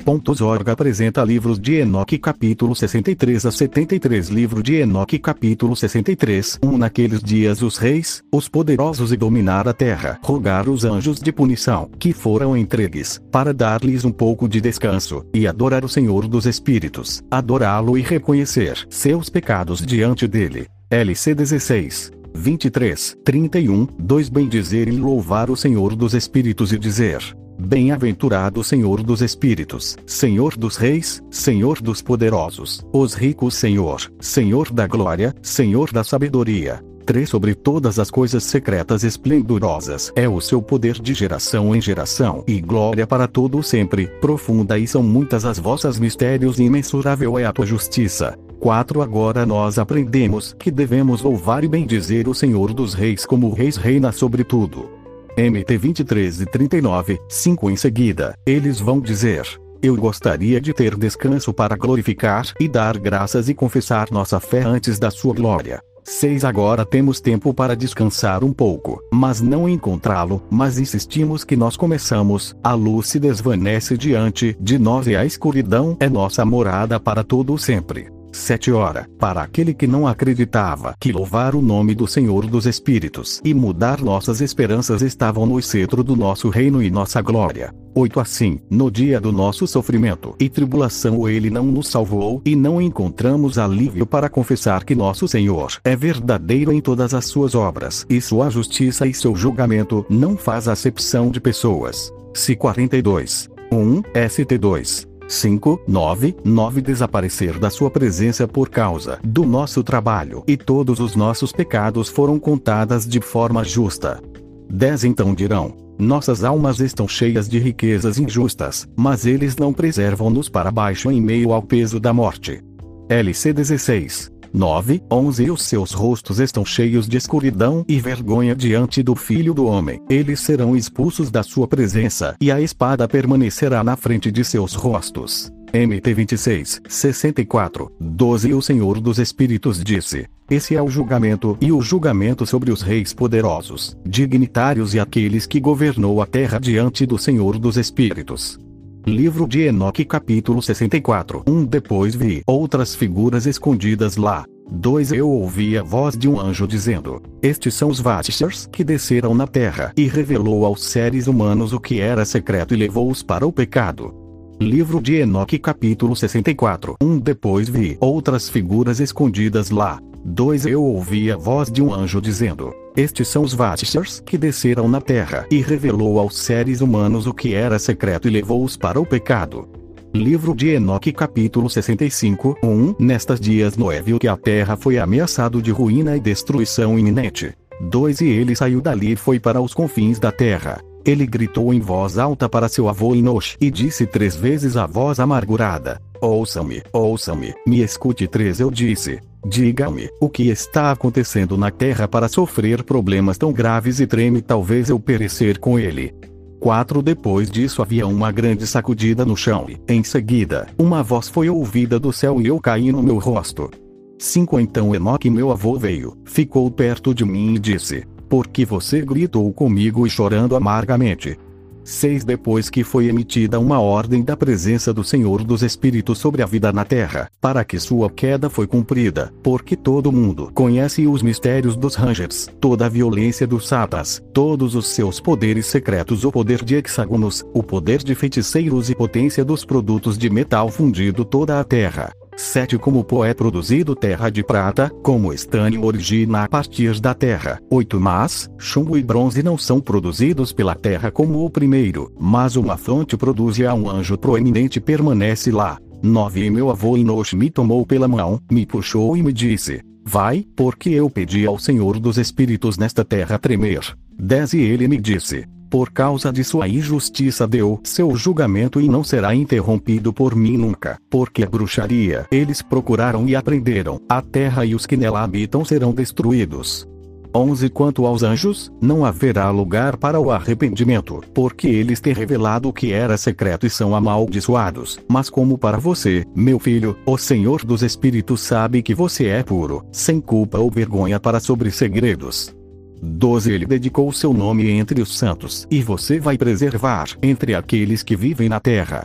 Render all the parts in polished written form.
Org apresenta livros de Enoque capítulo 63 a 73. Livro de Enoque capítulo 63. Naqueles dias os reis, os poderosos e dominar a terra, rogar os anjos de punição, que foram entregues, para dar-lhes um pouco de descanso, e adorar o Senhor dos Espíritos, adorá-lo e reconhecer seus pecados diante dele. LC 16. 23, 31, 2 Bendizer e louvar o Senhor dos Espíritos e dizer: Bem-aventurado Senhor dos Espíritos, Senhor dos Reis, Senhor dos Poderosos, os ricos Senhor, Senhor da Glória, Senhor da Sabedoria. 3 Sobre todas as coisas secretas esplendorosas é o seu poder de geração em geração e glória para todo sempre. Profunda e são muitas as vossas mistérios e imensurável é a tua justiça. 4 Agora nós aprendemos que devemos louvar e bendizer o Senhor dos Reis como o Reis reina sobre tudo. MT 23 e 39, 5 Em seguida, eles vão dizer: eu gostaria de ter descanso para glorificar e dar graças e confessar nossa fé antes da sua glória. 6 Agora temos tempo para descansar um pouco, mas não encontrá-lo, mas insistimos que nós começamos, a luz se desvanece diante de nós e a escuridão é nossa morada para todo o sempre. 7 Ora, para aquele que não acreditava que louvar o nome do Senhor dos Espíritos e mudar nossas esperanças estavam no cetro do nosso reino e nossa glória. 8 Assim, no dia do nosso sofrimento e tribulação ele não nos salvou e não encontramos alívio para confessar que nosso Senhor é verdadeiro em todas as suas obras e sua justiça e seu julgamento não faz acepção de pessoas. Se 42. 1, ST 2. 5, 9 Desaparecer da sua presença por causa do nosso trabalho e todos os nossos pecados foram contadas de forma justa. 10 Então dirão: nossas almas estão cheias de riquezas injustas, mas eles não preservam-nos para baixo em meio ao peso da morte. LC 16. 9, 11 E os seus rostos estão cheios de escuridão e vergonha diante do Filho do Homem. Eles serão expulsos da sua presença e a espada permanecerá na frente de seus rostos. MT 26, 64, 12 E o Senhor dos Espíritos disse: esse é o julgamento e o julgamento sobre os reis poderosos, dignitários e aqueles que governou a terra diante do Senhor dos Espíritos. Livro de Enoque capítulo 64. Depois vi outras figuras escondidas lá. 2 Eu ouvi a voz de um anjo dizendo: estes são os Vatishers que desceram na terra e revelou aos seres humanos o que era secreto e levou-os para o pecado. Livro de Enoque capítulo 64. Depois vi outras figuras escondidas lá. 2 Eu ouvi a voz de um anjo dizendo: estes são os Vatishers que desceram na terra e revelou aos seres humanos o que era secreto e levou-os para o pecado. Livro de Enoque capítulo 65. Nestas dias Noé viu que a terra foi ameaçado de ruína e destruição iminente. 2 E ele saiu dali e foi para os confins da terra. Ele gritou em voz alta para seu avô Enosh e disse 3 vezes a voz amargurada: ouçam-me, ouçam-me, me escute. 3 Eu disse: diga-me, o que está acontecendo na terra para sofrer problemas tão graves e treme talvez eu perecer com ele. 4 Depois disso havia uma grande sacudida no chão e, em seguida, uma voz foi ouvida do céu e eu caí no meu rosto. 5 Então Enoque meu avô veio, ficou perto de mim e disse: por que você gritou comigo e chorando amargamente? 6 Depois que foi emitida uma ordem da presença do Senhor dos Espíritos sobre a vida na terra, para que sua queda foi cumprida, porque todo mundo conhece os mistérios dos Rangers, toda a violência dos Satas, todos os seus poderes secretos, o poder de hexágonos, o poder de feiticeiros e potência dos produtos de metal fundido toda a terra. 7 Como pó é produzido terra de prata, como estânio origina a partir da terra. 8 Mas, chumbo e bronze não são produzidos pela terra como o primeiro, mas uma fonte produz e um anjo proeminente permanece lá. 9 E meu avô Enosh me tomou pela mão, me puxou e me disse: vai, porque eu pedi ao Senhor dos Espíritos nesta terra tremer. 10 E ele me disse: por causa de sua injustiça deu seu julgamento e não será interrompido por mim nunca, porque a bruxaria eles procuraram e aprenderam, a terra e os que nela habitam serão destruídos. 11 Quanto aos anjos, não haverá lugar para o arrependimento, porque eles têm revelado o que era secreto e são amaldiçoados. Mas como para você, meu filho, o Senhor dos Espíritos sabe que você é puro, sem culpa ou vergonha para sobre segredos. 12 Ele dedicou seu nome entre os santos, e você vai preservar entre aqueles que vivem na terra.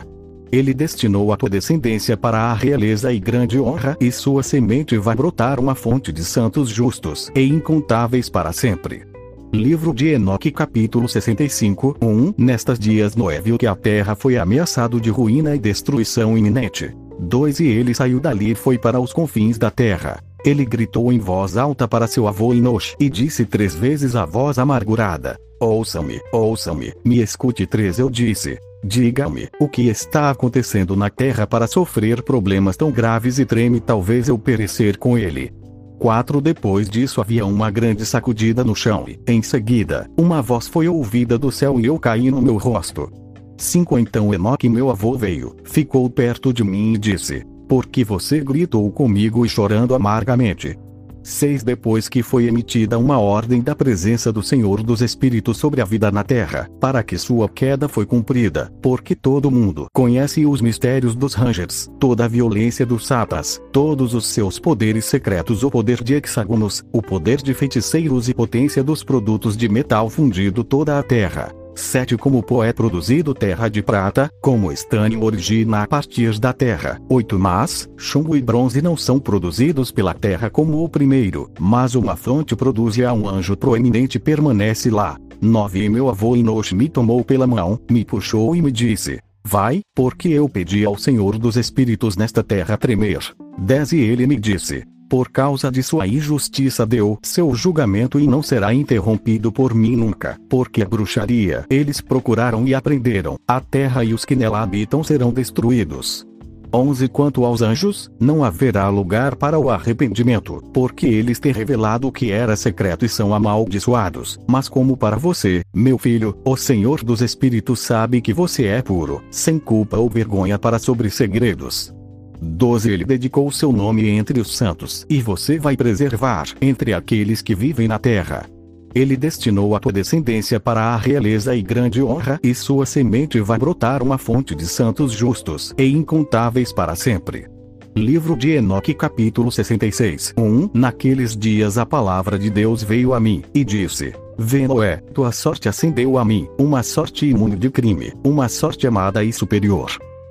Ele destinou a tua descendência para a realeza e grande honra, e sua semente vai brotar uma fonte de santos justos e incontáveis para sempre. Livro de Enoque capítulo 65, 1. Nestas dias Noé viu que a terra foi ameaçado de ruína e destruição iminente. 2. E ele saiu dali e foi para os confins da terra. Ele gritou em voz alta para seu avô Enosh, e disse 3 vezes a voz amargurada: ouçam-me, ouçam-me, me escute. 3. Eu disse: diga-me, o que está acontecendo na terra para sofrer problemas tão graves, e treme talvez eu perecer com ele. 4. Depois disso havia uma grande sacudida no chão e, em seguida, uma voz foi ouvida do céu e eu caí no meu rosto. 5. Então Enoque meu avô veio, ficou perto de mim e disse: por que você gritou comigo e chorando amargamente? 6. Depois que foi emitida uma ordem da presença do Senhor dos Espíritos sobre a vida na terra, para que sua queda foi cumprida, porque todo mundo conhece os mistérios dos Rangers, toda a violência dos Satas, todos os seus poderes secretos, o poder de hexágonos, o poder de feiticeiros e potência dos produtos de metal fundido toda a terra. 7. Como pó é produzido terra de prata, como estânio origina a partir da terra. 8. Mas, chumbo e bronze não são produzidos pela terra como o primeiro, mas uma fonte produz e a um anjo proeminente permanece lá. 9. E meu avô Enosh me tomou pela mão, me puxou e me disse: vai, porque eu pedi ao Senhor dos Espíritos nesta terra tremer. 10. E ele me disse: por causa de sua injustiça deu seu julgamento e não será interrompido por mim nunca, porque a bruxaria eles procuraram e aprenderam, a terra e os que nela habitam serão destruídos. 11. Quanto aos anjos, não haverá lugar para o arrependimento, porque eles têm revelado o que era secreto e são amaldiçoados. Mas como para você, meu filho, o Senhor dos Espíritos sabe que você é puro, sem culpa ou vergonha para sobre segredos. 12. Ele dedicou seu nome entre os santos, e você vai preservar entre aqueles que vivem na terra. Ele destinou a tua descendência para a realeza e grande honra, e sua semente vai brotar uma fonte de santos justos e incontáveis para sempre. Livro de Enoque capítulo 66, 1. Naqueles dias a palavra de Deus veio a mim, e disse: vê Noé, tua sorte ascendeu a mim, uma sorte imune de crime, uma sorte amada e superior.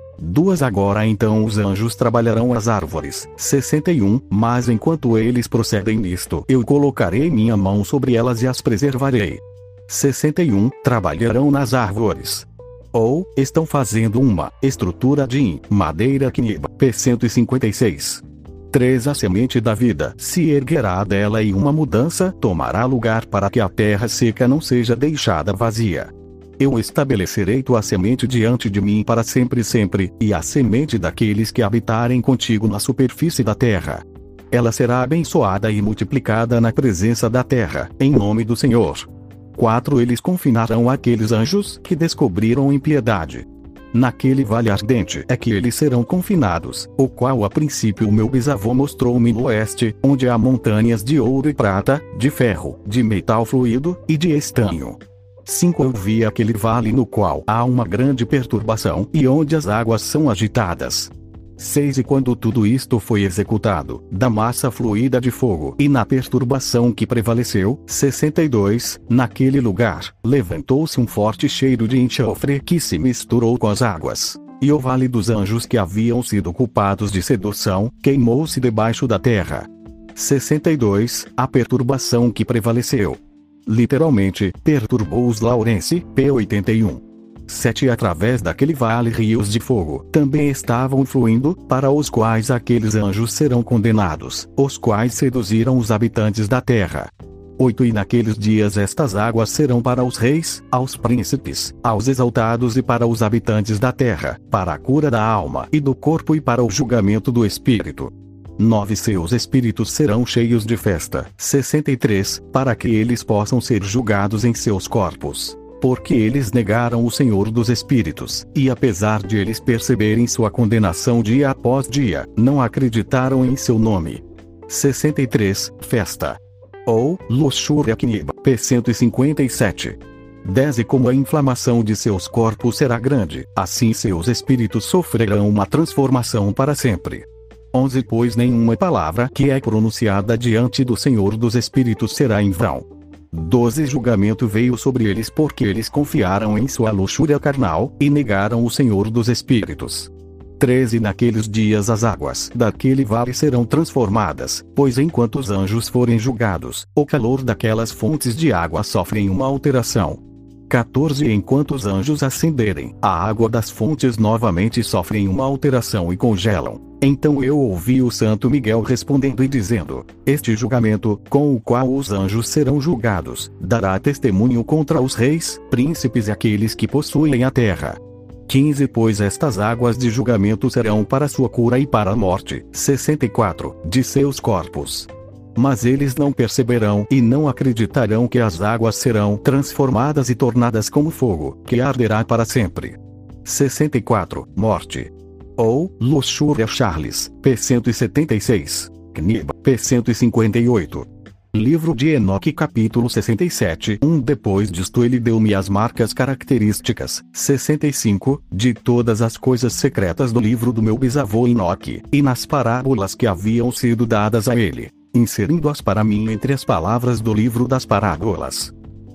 2. Agora então os anjos trabalharão as árvores. 61. Mas enquanto eles procedem nisto, eu colocarei minha mão sobre elas e as preservarei. 61. Trabalharão nas árvores. Ou, estão fazendo uma estrutura de madeira Kniba, p. 156. 3. A semente da vida se erguerá dela e uma mudança tomará lugar para que a terra seca não seja deixada vazia. Eu estabelecerei tua semente diante de mim para sempre e sempre, e a semente daqueles que habitarem contigo na superfície da terra. Ela será abençoada e multiplicada na presença da terra, em nome do Senhor. 4. Eles confinarão aqueles anjos que descobriram impiedade. Naquele vale ardente é que eles serão confinados, o qual a princípio o meu bisavô mostrou-me no oeste, onde há montanhas de ouro e prata, de ferro, de metal fluido, e de estanho. 5. Eu vi aquele vale no qual há uma grande perturbação, e onde as águas são agitadas. 6. E quando tudo isto foi executado, da massa fluida de fogo e na perturbação que prevaleceu, 62, naquele lugar, levantou-se um forte cheiro de enxofre que se misturou com as águas. E o vale dos anjos que haviam sido culpados de sedução, queimou-se debaixo da terra. 62. A perturbação que prevaleceu. Literalmente, perturbou os Laurence, p. 81. 7. Através daquele vale rios de fogo também estavam fluindo, para os quais aqueles anjos serão condenados, os quais seduziram os habitantes da terra. 8. E naqueles dias estas águas serão para os reis, aos príncipes, aos exaltados e para os habitantes da terra, para a cura da alma e do corpo e para o julgamento do espírito. 9. Seus espíritos serão cheios de festa. 63. Para que eles possam ser julgados em seus corpos. Porque eles negaram o Senhor dos Espíritos, e apesar de eles perceberem sua condenação dia após dia, não acreditaram em seu nome. 63. Festa. Ou, luxúria Kniba, p. 157. 10. E como a inflamação de seus corpos será grande, assim seus espíritos sofrerão uma transformação para sempre. 11. Pois nenhuma palavra que é pronunciada diante do Senhor dos Espíritos será em vão. 12 Julgamento veio sobre eles porque eles confiaram em sua luxúria carnal, e negaram o Senhor dos Espíritos. 13 Naqueles dias as águas daquele vale serão transformadas, pois enquanto os anjos forem julgados, o calor daquelas fontes de água sofrem uma alteração. 14 Enquanto os anjos ascenderem, a água das fontes novamente sofrem uma alteração e congelam. Então eu ouvi o Santo Miguel respondendo e dizendo: este julgamento, com o qual os anjos serão julgados, dará testemunho contra os reis, príncipes e aqueles que possuem a terra. 15 Pois estas águas de julgamento serão para sua cura e para a morte, 64, de seus corpos. Mas eles não perceberão e não acreditarão que as águas serão transformadas e tornadas como fogo, que arderá para sempre. 64, Morte. Ou, Luxúria Charles, p. 176. Kniba, p. 158. Livro de Enoque capítulo 67 Depois disto ele deu-me as marcas características, 65, de todas as coisas secretas do livro do meu bisavô Enoque, e nas parábolas que haviam sido dadas a ele, inserindo-as para mim entre as palavras do livro das parábolas.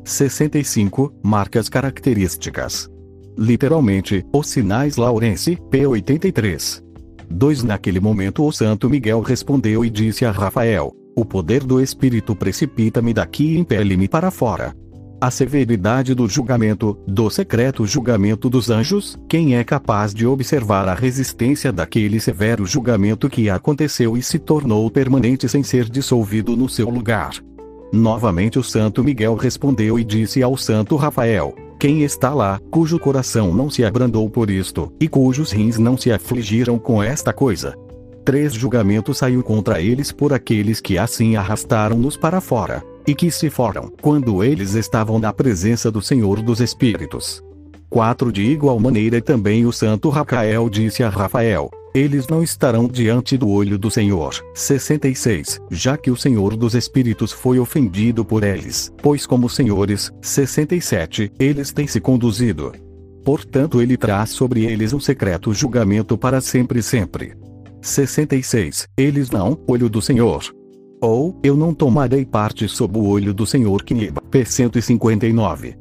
65, Marcas características. Literalmente, os sinais Laurence, p. 83. 2 Naquele momento o Santo Miguel respondeu e disse a Rafael: o poder do Espírito precipita-me daqui e impele-me para fora. A severidade do julgamento, do secreto julgamento dos anjos, quem é capaz de observar a resistência daquele severo julgamento que aconteceu e se tornou permanente sem ser dissolvido no seu lugar? Novamente o Santo Miguel respondeu e disse ao Santo Rafael: quem está lá, cujo coração não se abrandou por isto, e cujos rins não se afligiram com esta coisa? 3 Julgamento saiu contra eles por aqueles que assim arrastaram-nos para fora, e que se foram, quando eles estavam na presença do Senhor dos Espíritos. 4 De igual maneira também o Santo Racael disse a Rafael: eles não estarão diante do olho do Senhor. 66 Já que o Senhor dos Espíritos foi ofendido por eles, pois como senhores, 67, eles têm se conduzido. Portanto ele traz sobre eles um secreto julgamento para sempre e sempre. 66 Eles não, olho do Senhor. Ou, eu não tomarei parte sob o olho do Senhor Kniba, p. 159.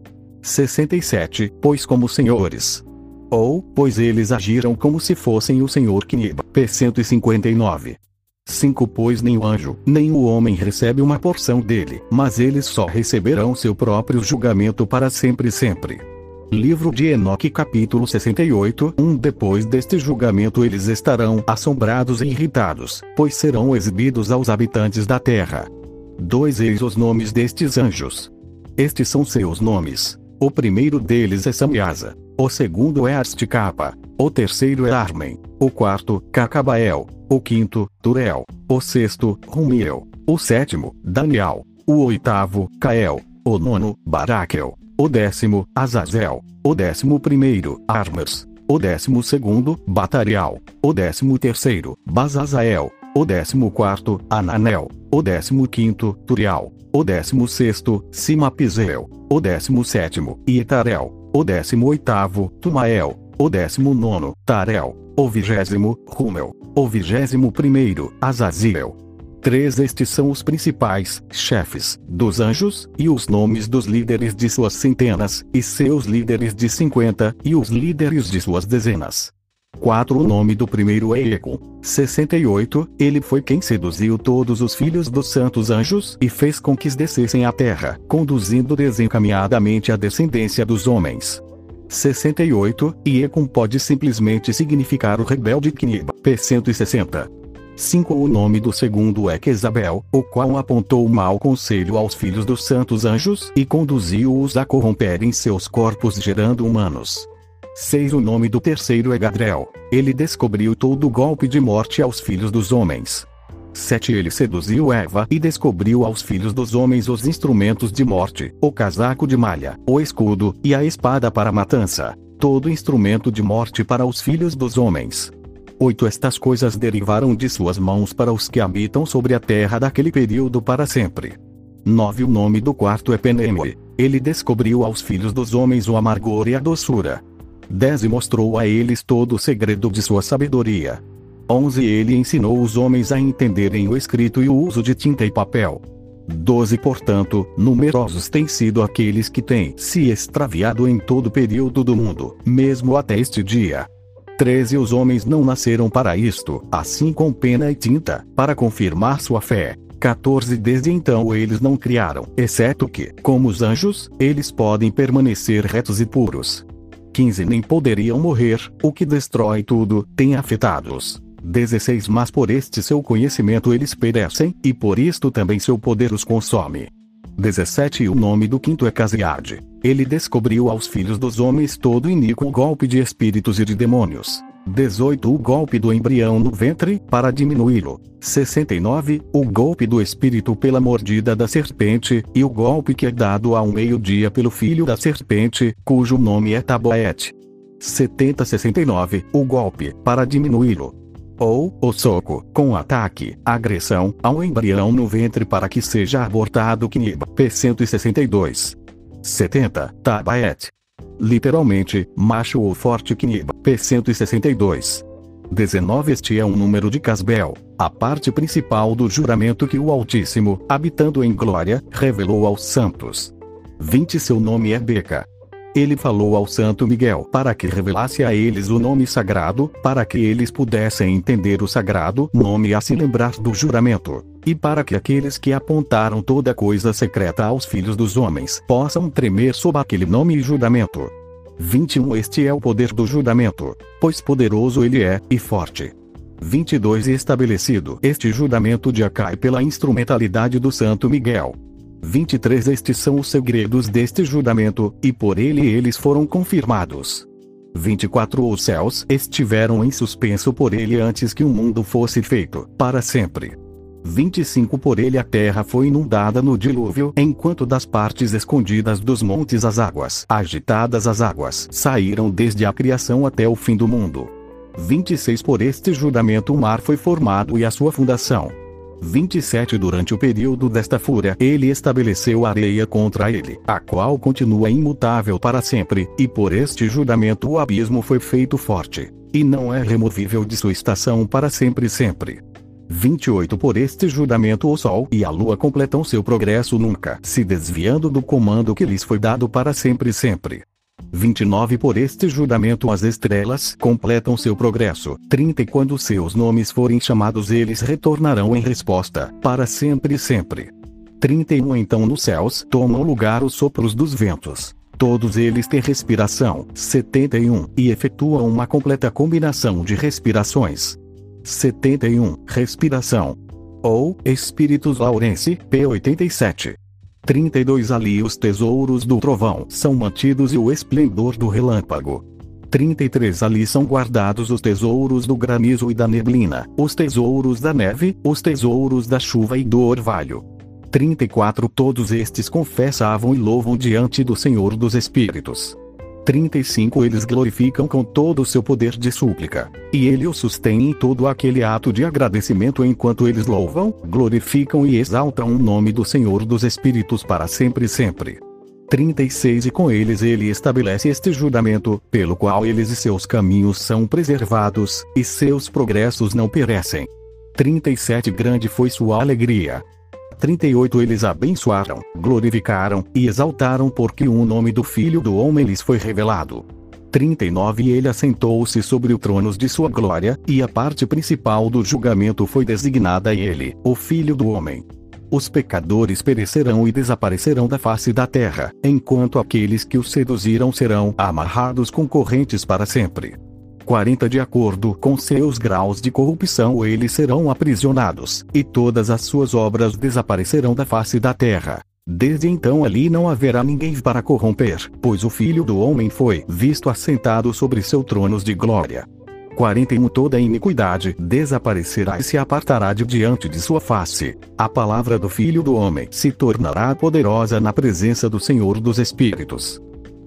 67 Pois como senhores. Ou, pois eles agiram como se fossem o Senhor Kniba, p. 159. 5 Pois nem o anjo, nem o homem recebe uma porção dele, mas eles só receberão seu próprio julgamento para sempre e sempre. Livro de Enoque capítulo 68 Depois deste julgamento eles estarão assombrados e irritados, pois serão exibidos aos habitantes da terra. 2 Eis os nomes destes anjos. Estes são seus nomes. O primeiro deles é Samiasa. O segundo é Asticapa. O terceiro é Armen. O quarto, Cacabael. O quinto, Turel. O sexto, Rumiel. O sétimo, Daniel. O oitavo, Cael. O nono, Baraquel. O 10º, Azazel. O 11º, Armas. O 12º, Batarial. O 13º, Bazazael. O 14º, Ananel. O 15º, Turial. O 16º, Simapizeel. O 17º, Ietarel. O 18º, Tumael. O 19º, Tarel. O 20º, Rumel. O 21º, Azaziel. 3 Estes são os principais chefes dos anjos, e os nomes dos líderes de suas centenas, e seus líderes de 50, e os líderes de suas dezenas. 4 O nome do primeiro é Econ. 68 Ele foi quem seduziu todos os filhos dos santos anjos, e fez com que descessem à terra, conduzindo desencaminhadamente a descendência dos homens. 68 E Econ pode simplesmente significar o rebelde Kniba, p. 160. 5 O nome do segundo é Quezabel, o qual apontou mau conselho aos filhos dos santos anjos, e conduziu-os a corromperem seus corpos gerando humanos. 6 O nome do terceiro é Gadriel. Ele descobriu todo o golpe de morte aos filhos dos homens. 7 Ele seduziu Eva e descobriu aos filhos dos homens os instrumentos de morte, o casaco de malha, o escudo, e a espada para a matança. Todo instrumento de morte para os filhos dos homens. 8 Estas coisas derivaram de suas mãos para os que habitam sobre a terra daquele período para sempre. 9 O nome do quarto é Peneme. Ele descobriu aos filhos dos homens o amargor e a doçura. 10 E mostrou a eles todo o segredo de sua sabedoria. 11 Ele ensinou os homens a entenderem o escrito e o uso de tinta e papel. 12 Portanto, numerosos têm sido aqueles que têm se extraviado em todo o período do mundo, mesmo até este dia. 13 Os homens não nasceram para isto, assim com pena e tinta, para confirmar sua fé. 14 Desde então eles não criaram, exceto que, como os anjos, eles podem permanecer retos e puros. 15 Nem poderiam morrer, o que destrói tudo, tem afetados. 16 Mas por este seu conhecimento eles perecem, e por isto também seu poder os consome. 17 O nome do quinto é Casiade. Ele descobriu aos filhos dos homens todo iníquo golpe de espíritos e de demônios. 18 O golpe do embrião no ventre, para diminuí-lo. 69 O golpe do espírito pela mordida da serpente, e o golpe que é dado ao meio-dia pelo filho da serpente, cujo nome é Tabaete. 69 O golpe, para diminuí-lo. Ou, o soco, com ataque, agressão, ao embrião no ventre para que seja abortado Kniba. P. 162. 70 Tabaete. Literalmente, macho ou forte Kniba. P. 162. 19 Este é um número de Casbel, a parte principal do juramento que o Altíssimo, habitando em glória, revelou aos santos. 20 Seu nome é Beca. Ele falou ao Santo Miguel para que revelasse a eles o nome sagrado, para que eles pudessem entender o sagrado nome e a se lembrar do juramento, e para que aqueles que apontaram toda coisa secreta aos filhos dos homens possam tremer sob aquele nome e juramento. 21 Este é o poder do juramento, pois poderoso ele é, e forte. 22 Estabelecido este juramento de Acai pela instrumentalidade do Santo Miguel. 23 Estes são os segredos deste juramento, e por ele eles foram confirmados. 24 Os céus estiveram em suspenso por ele antes que o mundo fosse feito, para sempre. 25 Por ele a terra foi inundada no dilúvio, enquanto das partes escondidas dos montes as águas, agitadas as águas, saíram desde a criação até o fim do mundo. 26 Por este juramento o mar foi formado e a sua fundação. 27 Durante o período desta fúria, ele estabeleceu a areia contra ele, a qual continua imutável para sempre, e por este juramento o abismo foi feito forte, e não é removível de sua estação para sempre sempre. 28 Por este juramento o sol e a lua completam seu progresso nunca, se desviando do comando que lhes foi dado para sempre sempre. 29 Por este juramento as estrelas completam seu progresso. 30 E quando seus nomes forem chamados eles retornarão em resposta, para sempre sempre. 31 Então nos céus tomam lugar os sopros dos ventos. Todos eles têm respiração. 71 E efetuam uma completa combinação de respirações. 71 Respiração. Ou, Espíritos Laurense, p. 87. 32 Ali os tesouros do trovão são mantidos e o esplendor do relâmpago. 33 Ali são guardados os tesouros do granizo e da neblina, os tesouros da neve, os tesouros da chuva e do orvalho. 34 Todos estes confessavam e louvam diante do Senhor dos Espíritos. 35 Eles glorificam com todo o seu poder de súplica, e ele os sustém em todo aquele ato de agradecimento enquanto eles louvam, glorificam e exaltam o nome do Senhor dos Espíritos para sempre sempre. 36 E com eles ele estabelece este juramento, pelo qual eles e seus caminhos são preservados, e seus progressos não perecem. 37 Grande foi sua alegria. 38 Eles abençoaram, glorificaram e exaltaram porque o nome do Filho do Homem lhes foi revelado. 39 Ele assentou-se sobre o trono de sua glória, e a parte principal do julgamento foi designada a ele, o Filho do Homem. Os pecadores perecerão e desaparecerão da face da terra, enquanto aqueles que os seduziram serão amarrados com correntes para sempre. 40 De acordo com seus graus de corrupção eles serão aprisionados, e todas as suas obras desaparecerão da face da terra. Desde então ali não haverá ninguém para corromper, pois o Filho do Homem foi visto assentado sobre seu trono de glória. 41 Toda iniquidade desaparecerá e se apartará de diante de sua face. A palavra do Filho do Homem se tornará poderosa na presença do Senhor dos Espíritos.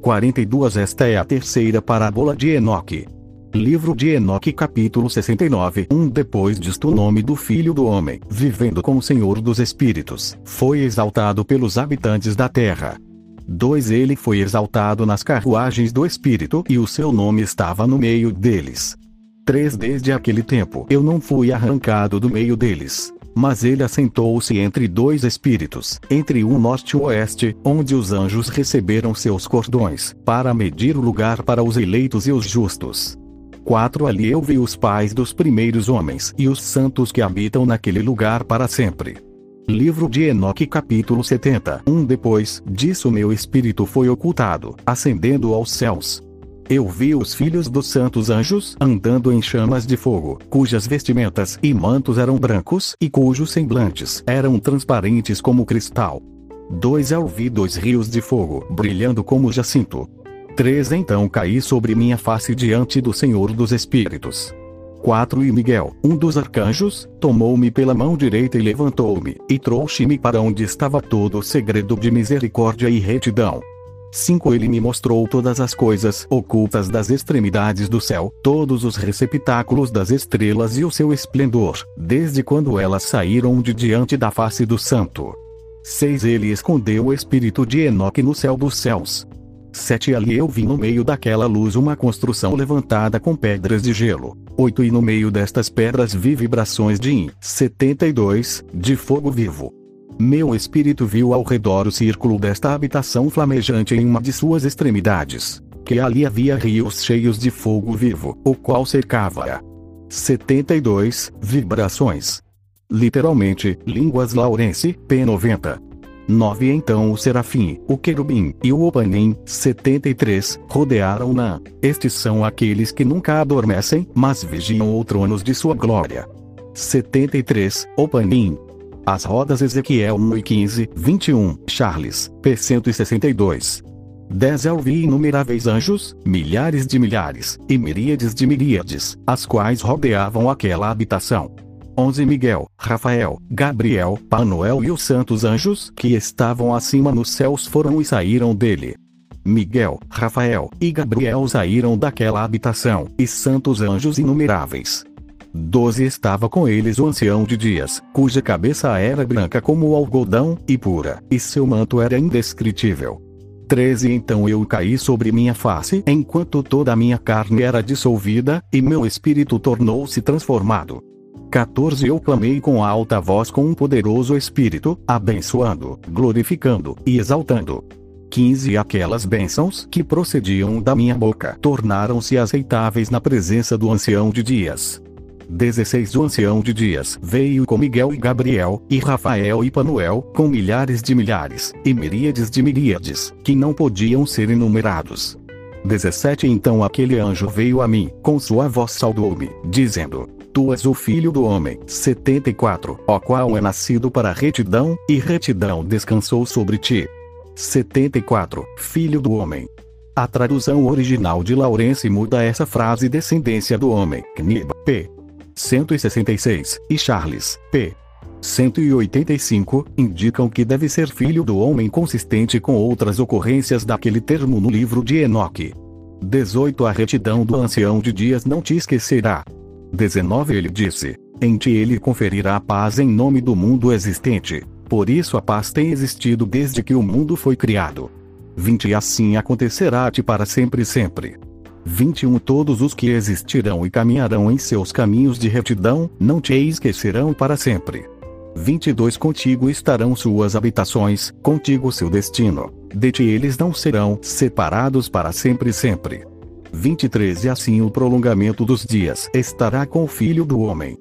42 Esta é a terceira parábola de Enoque. Livro de Enoque capítulo 69 Depois disto o nome do Filho do Homem, vivendo com o Senhor dos Espíritos, foi exaltado pelos habitantes da terra. 2 Ele foi exaltado nas carruagens do Espírito e o seu nome estava no meio deles. 3 Desde aquele tempo eu não fui arrancado do meio deles. Mas ele assentou-se entre dois espíritos, entre o norte e o oeste, onde os anjos receberam seus cordões, para medir o lugar para os eleitos e os justos. 4 Ali eu vi os pais dos primeiros homens e os santos que habitam naquele lugar para sempre. Livro de Enoque capítulo 70 Depois disso meu espírito foi ocultado, ascendendo aos céus. Eu vi os filhos dos santos anjos andando em chamas de fogo, cujas vestimentas e mantos eram brancos e cujos semblantes eram transparentes como cristal. 2 Eu vi 2 rios de fogo brilhando como jacinto. 3 Então caí sobre minha face diante do Senhor dos Espíritos. 4 E Miguel, um dos arcanjos, tomou-me pela mão direita e levantou-me, e trouxe-me para onde estava todo o segredo de misericórdia e retidão. 5 Ele me mostrou todas as coisas ocultas das extremidades do céu, todos os receptáculos das estrelas e o seu esplendor, desde quando elas saíram de diante da face do Santo. 6 Ele escondeu o espírito de Enoque no céu dos céus. 7 Ali eu vi no meio daquela luz uma construção levantada com pedras de gelo. 8 E no meio destas pedras vi vibrações de 72, de fogo vivo. Meu espírito viu ao redor o círculo desta habitação flamejante em uma de suas extremidades, que ali havia rios cheios de fogo vivo, o qual cercava-a. 72 Vibrações. Literalmente, línguas Laurence, p. 90. 9 Então o serafim, o querubim e o opanim, 73, rodearam-na. Estes são aqueles que nunca adormecem, mas vigiam o trono de sua glória. 73, opanim. As rodas Ezequiel 1 e 15, 21, Charles, p. 162. 10 Eu vi inumeráveis anjos, milhares de milhares, e miríades de miríades, as quais rodeavam aquela habitação. 11 Miguel, Rafael, Gabriel, Panuel e os santos anjos que estavam acima nos céus foram e saíram dele. Miguel, Rafael e Gabriel saíram daquela habitação, e santos anjos inumeráveis. 12 Estava com eles o ancião de dias, cuja cabeça era branca como o algodão, e pura, e seu manto era indescritível. 13 Então eu caí sobre minha face, enquanto toda a minha carne era dissolvida, e meu espírito tornou-se transformado. 14 Eu clamei com alta voz com um poderoso espírito, abençoando, glorificando e exaltando. 15 Aquelas bênçãos que procediam da minha boca tornaram-se aceitáveis na presença do ancião de dias. 16 O ancião de dias veio com Miguel e Gabriel, e Rafael e Panuel, com milhares de milhares, e miríades de miríades, que não podiam ser enumerados. 17 Então aquele anjo veio a mim, com sua voz saudou-me, dizendo: Tu és o filho do homem, 74, o qual é nascido para retidão, e retidão descansou sobre ti. 74, filho do homem. A tradução original de Laurence muda essa frase descendência do homem, Knib, p. 166, e Charles, p. 185, indicam que deve ser filho do homem consistente com outras ocorrências daquele termo no livro de Enoque. 18 A retidão do ancião de dias não te esquecerá. 19 Ele disse: Em ti ele conferirá a paz em nome do mundo existente. Por isso a paz tem existido desde que o mundo foi criado. 20 E assim acontecerá a ti para sempre sempre. 21 Todos os que existirão e caminharão em seus caminhos de retidão, não te esquecerão para sempre. 22 Contigo estarão suas habitações, contigo seu destino. De ti eles não serão separados para sempre sempre. 23 E assim o prolongamento dos dias estará com o Filho do Homem.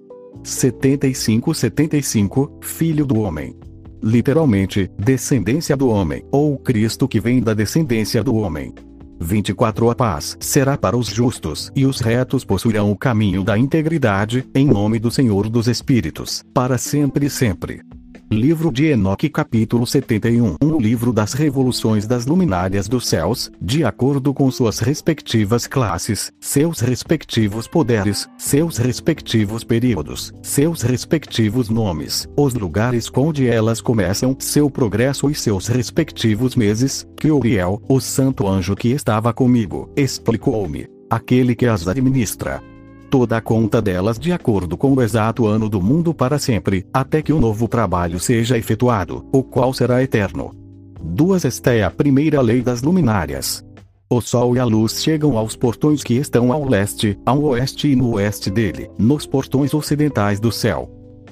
75 Filho do Homem. Literalmente, descendência do homem, ou Cristo que vem da descendência do homem. 24 A paz será para os justos, e os retos possuirão o caminho da integridade, em nome do Senhor dos Espíritos, para sempre e sempre. Livro de Enoque capítulo 71 O livro das revoluções das luminárias dos céus, de acordo com suas respectivas classes, seus respectivos poderes, seus respectivos períodos, seus respectivos nomes, os lugares onde elas começam, seu progresso e seus respectivos meses, que Uriel, o santo anjo que estava comigo, explicou-me, aquele que as administra. Toda a conta delas de acordo com o exato ano do mundo para sempre, até que o novo trabalho seja efetuado, o qual será eterno. 2 Esta é a primeira lei das luminárias. O sol e a luz chegam aos portões que estão ao leste, ao oeste e no oeste dele, nos portões ocidentais do céu.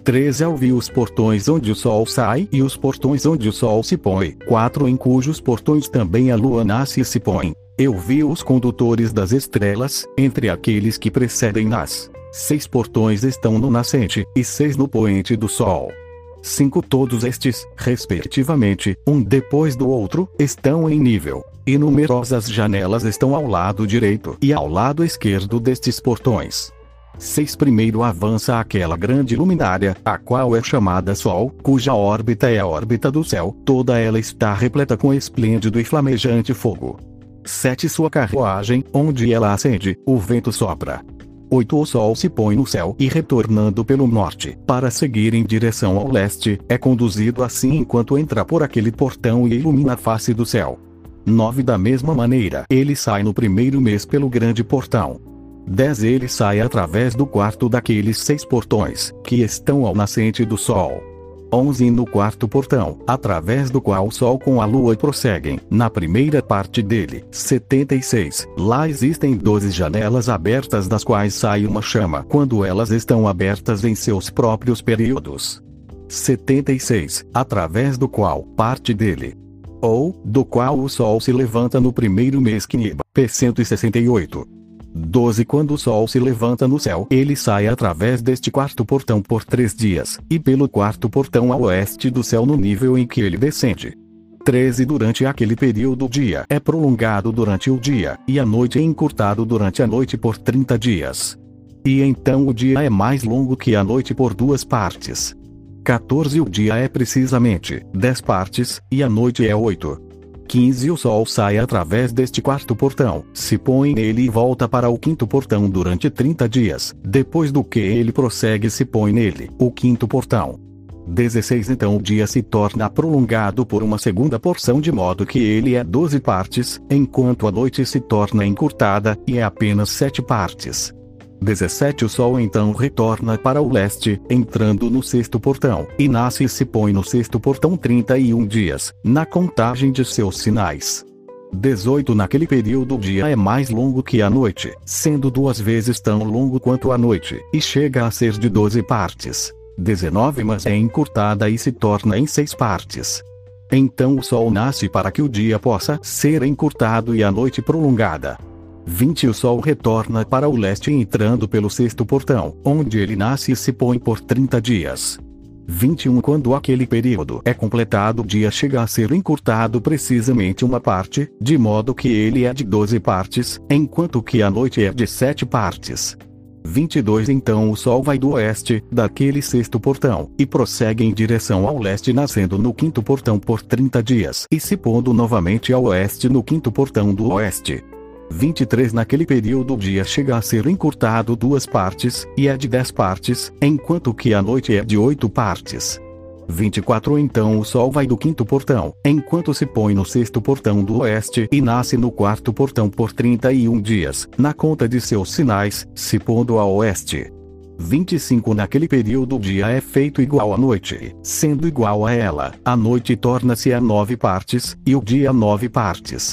3 ao vi os portões onde o sol sai e os portões onde o sol se põe. 4 em cujos portões também a lua nasce e se põe. Eu vi os condutores das estrelas, entre aqueles que precedem nas. 6 portões estão no nascente, e 6 no poente do sol. 5 todos estes, respectivamente, um depois do outro, estão em nível. E numerosas janelas estão ao lado direito e ao lado esquerdo destes portões. 6 primeiro avança aquela grande luminária, a qual é chamada Sol, cuja órbita é a órbita do céu, toda ela está repleta com esplêndido e flamejante fogo. 7 sua carruagem, onde ela acende, o vento sopra. 8 o sol se põe no céu e retornando pelo norte, para seguir em direção ao leste, é conduzido assim enquanto entra por aquele portão e ilumina a face do céu. 9 da mesma maneira, ele sai no primeiro mês pelo grande portão. 10 ele sai através do quarto daqueles 6 portões, que estão ao nascente do sol. 11 no quarto portão, através do qual o sol com a lua prosseguem, na primeira parte dele. 76, lá existem 12 janelas abertas das quais sai uma chama quando elas estão abertas em seus próprios períodos. 76, através do qual parte dele, ou do qual o sol se levanta no primeiro mês Kniba, p. 168. 12 quando o sol se levanta no céu, ele sai através deste quarto portão por 3 dias, e pelo quarto portão a oeste do céu no nível em que ele descende. 13 durante aquele período o dia é prolongado durante o dia, e a noite é encurtado durante a noite por 30 dias. E então o dia é mais longo que a noite por 2 partes. 14 o dia é precisamente 10 partes, e a noite é 8. 15 o sol sai através deste quarto portão, se põe nele e volta para o quinto portão durante 30 dias, depois do que ele prossegue e se põe nele, o quinto portão. 16 então o dia se torna prolongado por uma segunda porção de modo que ele é 12 partes, enquanto a noite se torna encurtada, e é apenas 7 partes. 17 o sol então retorna para o leste, entrando no sexto portão, e nasce e se põe no sexto portão 31 dias, na contagem de seus sinais. 18 naquele período o dia é mais longo que a noite, sendo 2 vezes tão longo quanto a noite, e chega a ser de 12 partes. 19 mas é encurtada e se torna em 6 partes. Então o sol nasce para que o dia possa ser encurtado e a noite prolongada. 20 o sol retorna para o leste entrando pelo sexto portão, onde ele nasce e se põe por 30 dias. 21 quando aquele período é completado o dia chega a ser encurtado precisamente uma parte, de modo que ele é de 12 partes, enquanto que a noite é de 7 partes. 22 então o sol vai do oeste, daquele sexto portão, e prossegue em direção ao leste nascendo no quinto portão por 30 dias, e se pondo novamente ao oeste no quinto portão do oeste. 23 naquele período o dia chega a ser encurtado 2 partes, e é de 10 partes, enquanto que a noite é de 8 partes. 24 então o sol vai do quinto portão, enquanto se põe no sexto portão do oeste e nasce no quarto portão por 31 dias, na conta de seus sinais, se pondo a oeste. 25 naquele período o dia é feito igual à noite, sendo igual a ela, a noite torna-se a 9 partes, e o dia a 9 partes.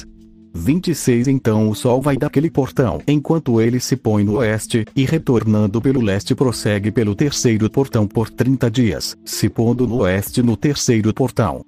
26 então o sol vai daquele portão enquanto ele se põe no oeste, e retornando pelo leste prossegue pelo terceiro portão por 30 dias, se pondo no oeste no terceiro portão.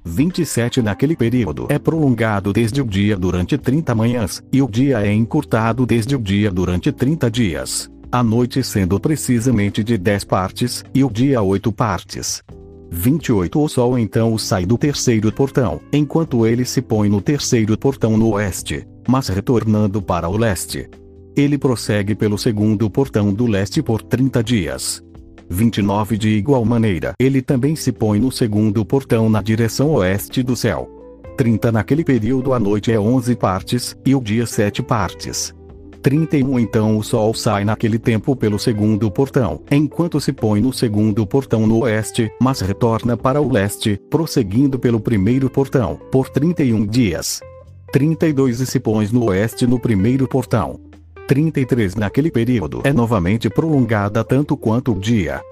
27 naquele período é prolongado desde o dia durante 30 manhãs, e o dia é encurtado desde o dia durante 30 dias, a noite sendo precisamente de 10 partes, e o dia 8 partes. 28 o sol então sai do terceiro portão, enquanto ele se põe no terceiro portão no oeste, mas retornando para o leste. Ele prossegue pelo segundo portão do leste por 30 dias. 29 de igual maneira, ele também se põe no segundo portão na direção oeste do céu. 30 naquele período a noite é 11 partes, e o dia 7 partes. 31 então o sol sai naquele tempo pelo segundo portão, enquanto se põe no segundo portão no oeste, mas retorna para o leste, prosseguindo pelo primeiro portão, por 31 dias. 32 e se põe no oeste no primeiro portão. 33 naquele período é novamente prolongada tanto quanto o dia.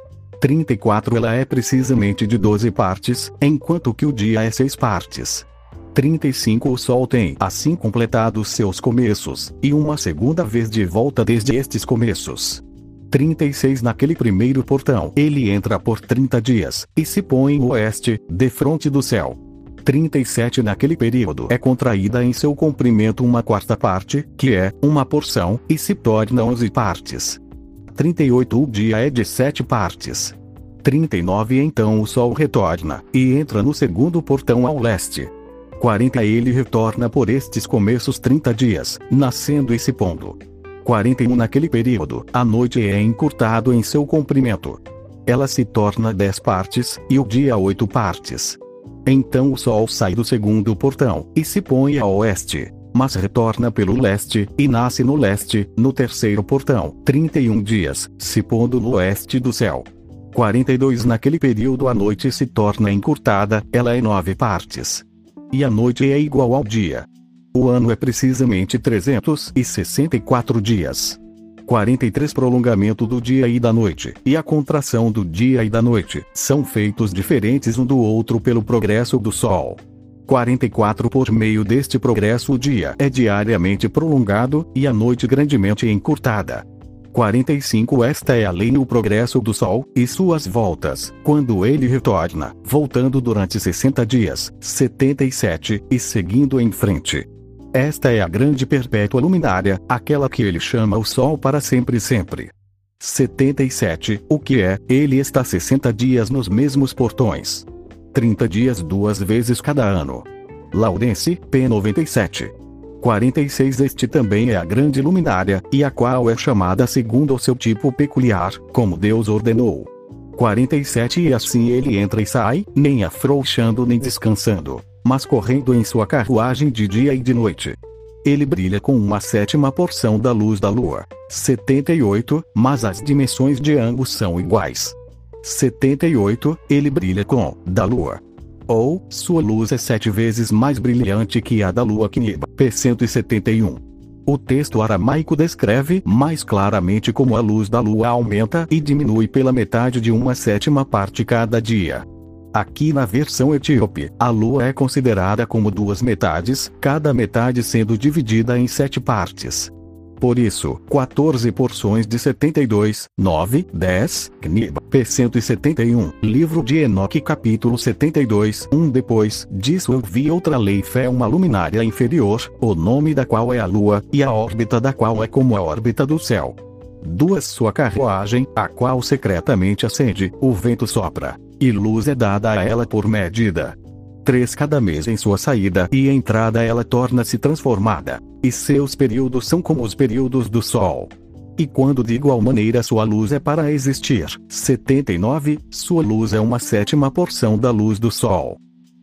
34 ela é precisamente de 12 partes, enquanto que o dia é 6 partes. 35 o sol tem assim completado seus começos, e uma segunda vez de volta desde estes começos. 36 Naquele primeiro portão, ele entra por 30 dias, e se põe em oeste, defronte do céu. 37 Naquele período é contraída em seu comprimento uma quarta parte, que é, uma porção, e se torna 11 partes. 38 O dia é de 7 partes. 39 Então o sol retorna, e entra no segundo portão ao leste. 40 Ele retorna por estes começos 30 dias, nascendo e se pondo. 41 Naquele período, a noite é encurtado em seu comprimento. Ela se torna 10 partes, e o dia 8 partes. Então o sol sai do segundo portão, e se põe a oeste, mas retorna pelo leste, e nasce no leste, no terceiro portão, 31 dias, se pondo no oeste do céu. 42 Naquele período a noite se torna encurtada, ela é 9 partes. E a noite é igual ao dia. O ano é precisamente 364 dias. 43 Prolongamento do dia e da noite, e a contração do dia e da noite, são feitos diferentes um do outro pelo progresso do sol. 44 Por meio deste progresso o dia é diariamente prolongado, e a noite grandemente encurtada. 45 Esta é a lei no progresso do sol, e suas voltas, quando ele retorna, voltando durante 60 dias, 77, e seguindo em frente. Esta é a grande perpétua luminária, aquela que ele chama o sol para sempre e sempre. 77 O que é, ele está 60 dias nos mesmos portões. 30 dias 2 vezes cada ano. Lawrence, p. 97. 46 Este também é a grande luminária, e a qual é chamada segundo o seu tipo peculiar, como Deus ordenou. 47 E assim ele entra e sai, nem afrouxando nem descansando, mas correndo em sua carruagem de dia e de noite. Ele brilha com uma sétima porção da luz da lua. 78 Mas as dimensões de ambos são iguais. 78 Ele brilha com, da lua. Ou, sua luz é 7 vezes mais brilhante que a da lua Kniba, p. 171. O texto aramaico descreve mais claramente como a luz da lua aumenta e diminui pela metade de uma sétima parte cada dia. Aqui na versão etíope, a lua é considerada como 2 metades, cada metade sendo dividida em 7 partes. Por isso, 14 porções de 72, 9, 10, Kniba, p. 171, livro de Enoque capítulo 72, Depois disso eu vi outra lei fé uma luminária inferior, o nome da qual é a lua, e a órbita da qual é como a órbita do céu. 2 Sua carruagem, a qual secretamente acende, o vento sopra, e luz é dada a ela por medida. 3 Cada mês em sua saída e entrada ela torna-se transformada, e seus períodos são como os períodos do sol. E quando de igual maneira sua luz é para existir, 79, sua luz é uma sétima porção da luz do sol.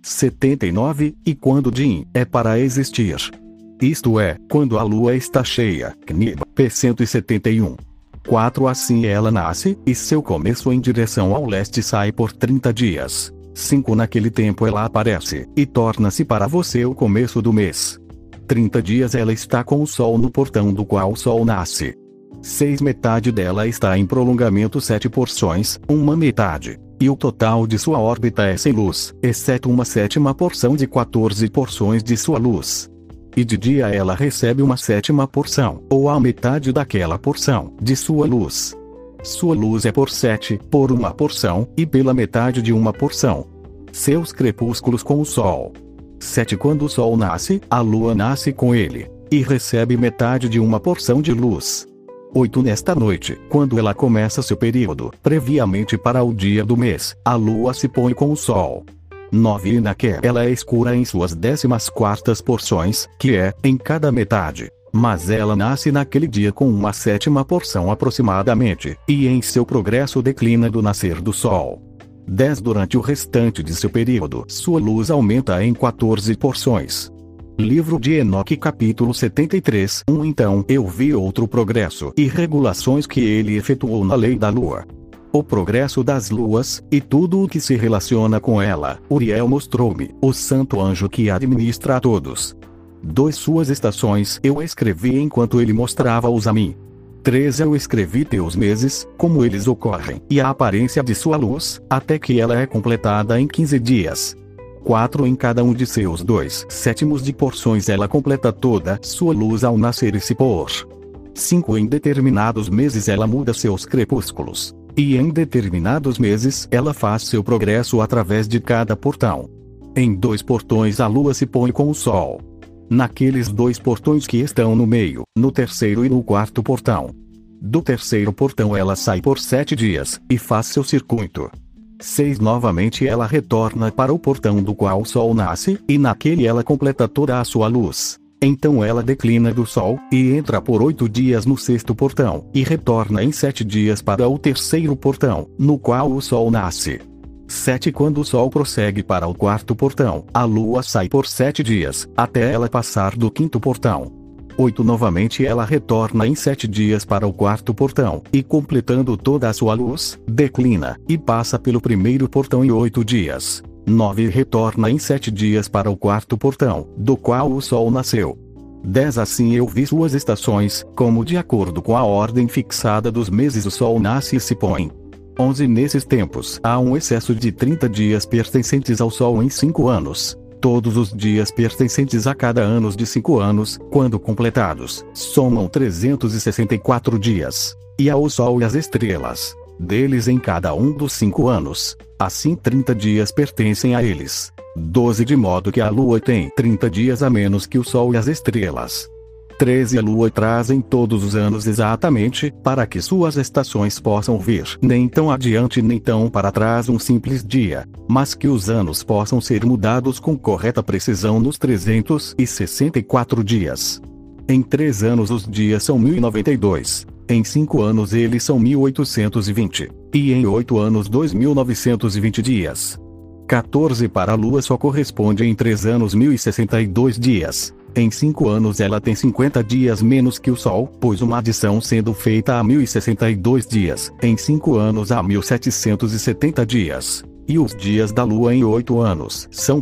79, e quando Din é para existir. Isto é, quando a lua está cheia, Kniba, p. 171. 4 Assim ela nasce, e seu começo em direção ao leste sai por 30 dias. 5 Naquele tempo ela aparece, e torna-se para você o começo do mês. 30 dias ela está com o sol no portão do qual o sol nasce. 6 Metade dela está em prolongamento 7 porções, uma metade, e o total de sua órbita é sem luz, exceto uma sétima porção de 14 porções de sua luz. E de dia ela recebe uma sétima porção, ou a metade daquela porção, de sua luz. Sua luz é por 7, por uma porção, e pela metade de uma porção. Seus crepúsculos com o sol. 7 Quando o sol nasce, a lua nasce com ele, e recebe metade de uma porção de luz. 8 Nesta noite, quando ela começa seu período, previamente para o dia do mês, a lua se põe com o sol. 9 E naquela ela é escura em suas 14ª porções, que é, em cada metade. Mas ela nasce naquele dia com uma sétima porção aproximadamente, e em seu progresso declina do nascer do sol. 10 Durante o restante de seu período, sua luz aumenta em 14 porções. Livro de Enoque capítulo 73 Então eu vi outro progresso e regulações que ele efetuou na lei da lua. O progresso das luas, e tudo o que se relaciona com ela, Uriel mostrou-me, o santo anjo que administra a todos. 2 Suas estações eu escrevi enquanto ele mostrava-os a mim. 3 Eu escrevi teus meses, como eles ocorrem, e a aparência de sua luz, até que ela é completada em 15 dias. 4 Em cada um de seus 2/7 de porções ela completa toda sua luz ao nascer e se pôr. 5 Em determinados meses ela muda seus crepúsculos. E em determinados meses ela faz seu progresso através de cada portão. Em 2 portões a lua se põe com o sol. Naqueles 2 portões que estão no meio, no terceiro e no quarto portão. Do terceiro portão ela sai por 7 dias, e faz seu circuito. 6 Novamente ela retorna para o portão do qual o sol nasce, e naquele ela completa toda a sua luz. Então ela declina do sol, e entra por 8 dias no sexto portão, e retorna em 7 dias para o terceiro portão, no qual o sol nasce. 7 Quando o sol prossegue para o quarto portão, a lua sai por 7 dias, até ela passar do quinto portão. 8 Novamente ela retorna em 7 dias para o quarto portão, e completando toda a sua luz, declina, e passa pelo primeiro portão em 8 dias. 9 Retorna em 7 dias para o quarto portão, do qual o sol nasceu. 10 Assim eu vi suas estações, como de acordo com a ordem fixada dos meses o sol nasce e se põe. 11 Nesses tempos há um excesso de 30 dias pertencentes ao sol em 5 anos. Todos os dias pertencentes a cada ano de 5 anos, quando completados, somam 364 dias. E ao sol e às estrelas, deles em cada um dos 5 anos, assim 30 dias pertencem a eles. 12 De modo que a lua tem 30 dias a menos que o sol e as estrelas. 13 A lua trazem todos os anos exatamente, para que suas estações possam vir nem tão adiante nem tão para trás um simples dia, mas que os anos possam ser mudados com correta precisão nos 364 dias. Em 3 anos os dias são 1092, em 5 anos eles são 1820, e em 8 anos 2920 dias. 14 Para a lua só corresponde em 3 anos 1062 dias. Em 5 anos ela tem 50 dias menos que o sol, pois uma adição sendo feita a 1062 dias, em 5 anos há 1770 dias. E os dias da lua em 8 anos são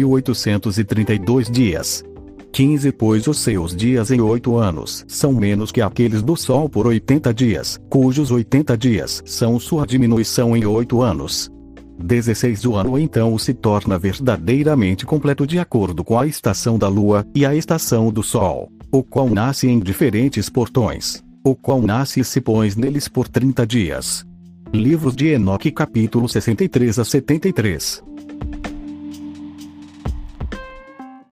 2832 dias. 15 Pois os seus dias em 8 anos são menos que aqueles do sol por 80 dias, cujos 80 dias são sua diminuição em 8 anos. 16 O ano então se torna verdadeiramente completo de acordo com a estação da lua, e a estação do sol, o qual nasce em diferentes portões, o qual nasce e se põe neles por 30 dias. Livros de Enoque capítulo 63 a 73.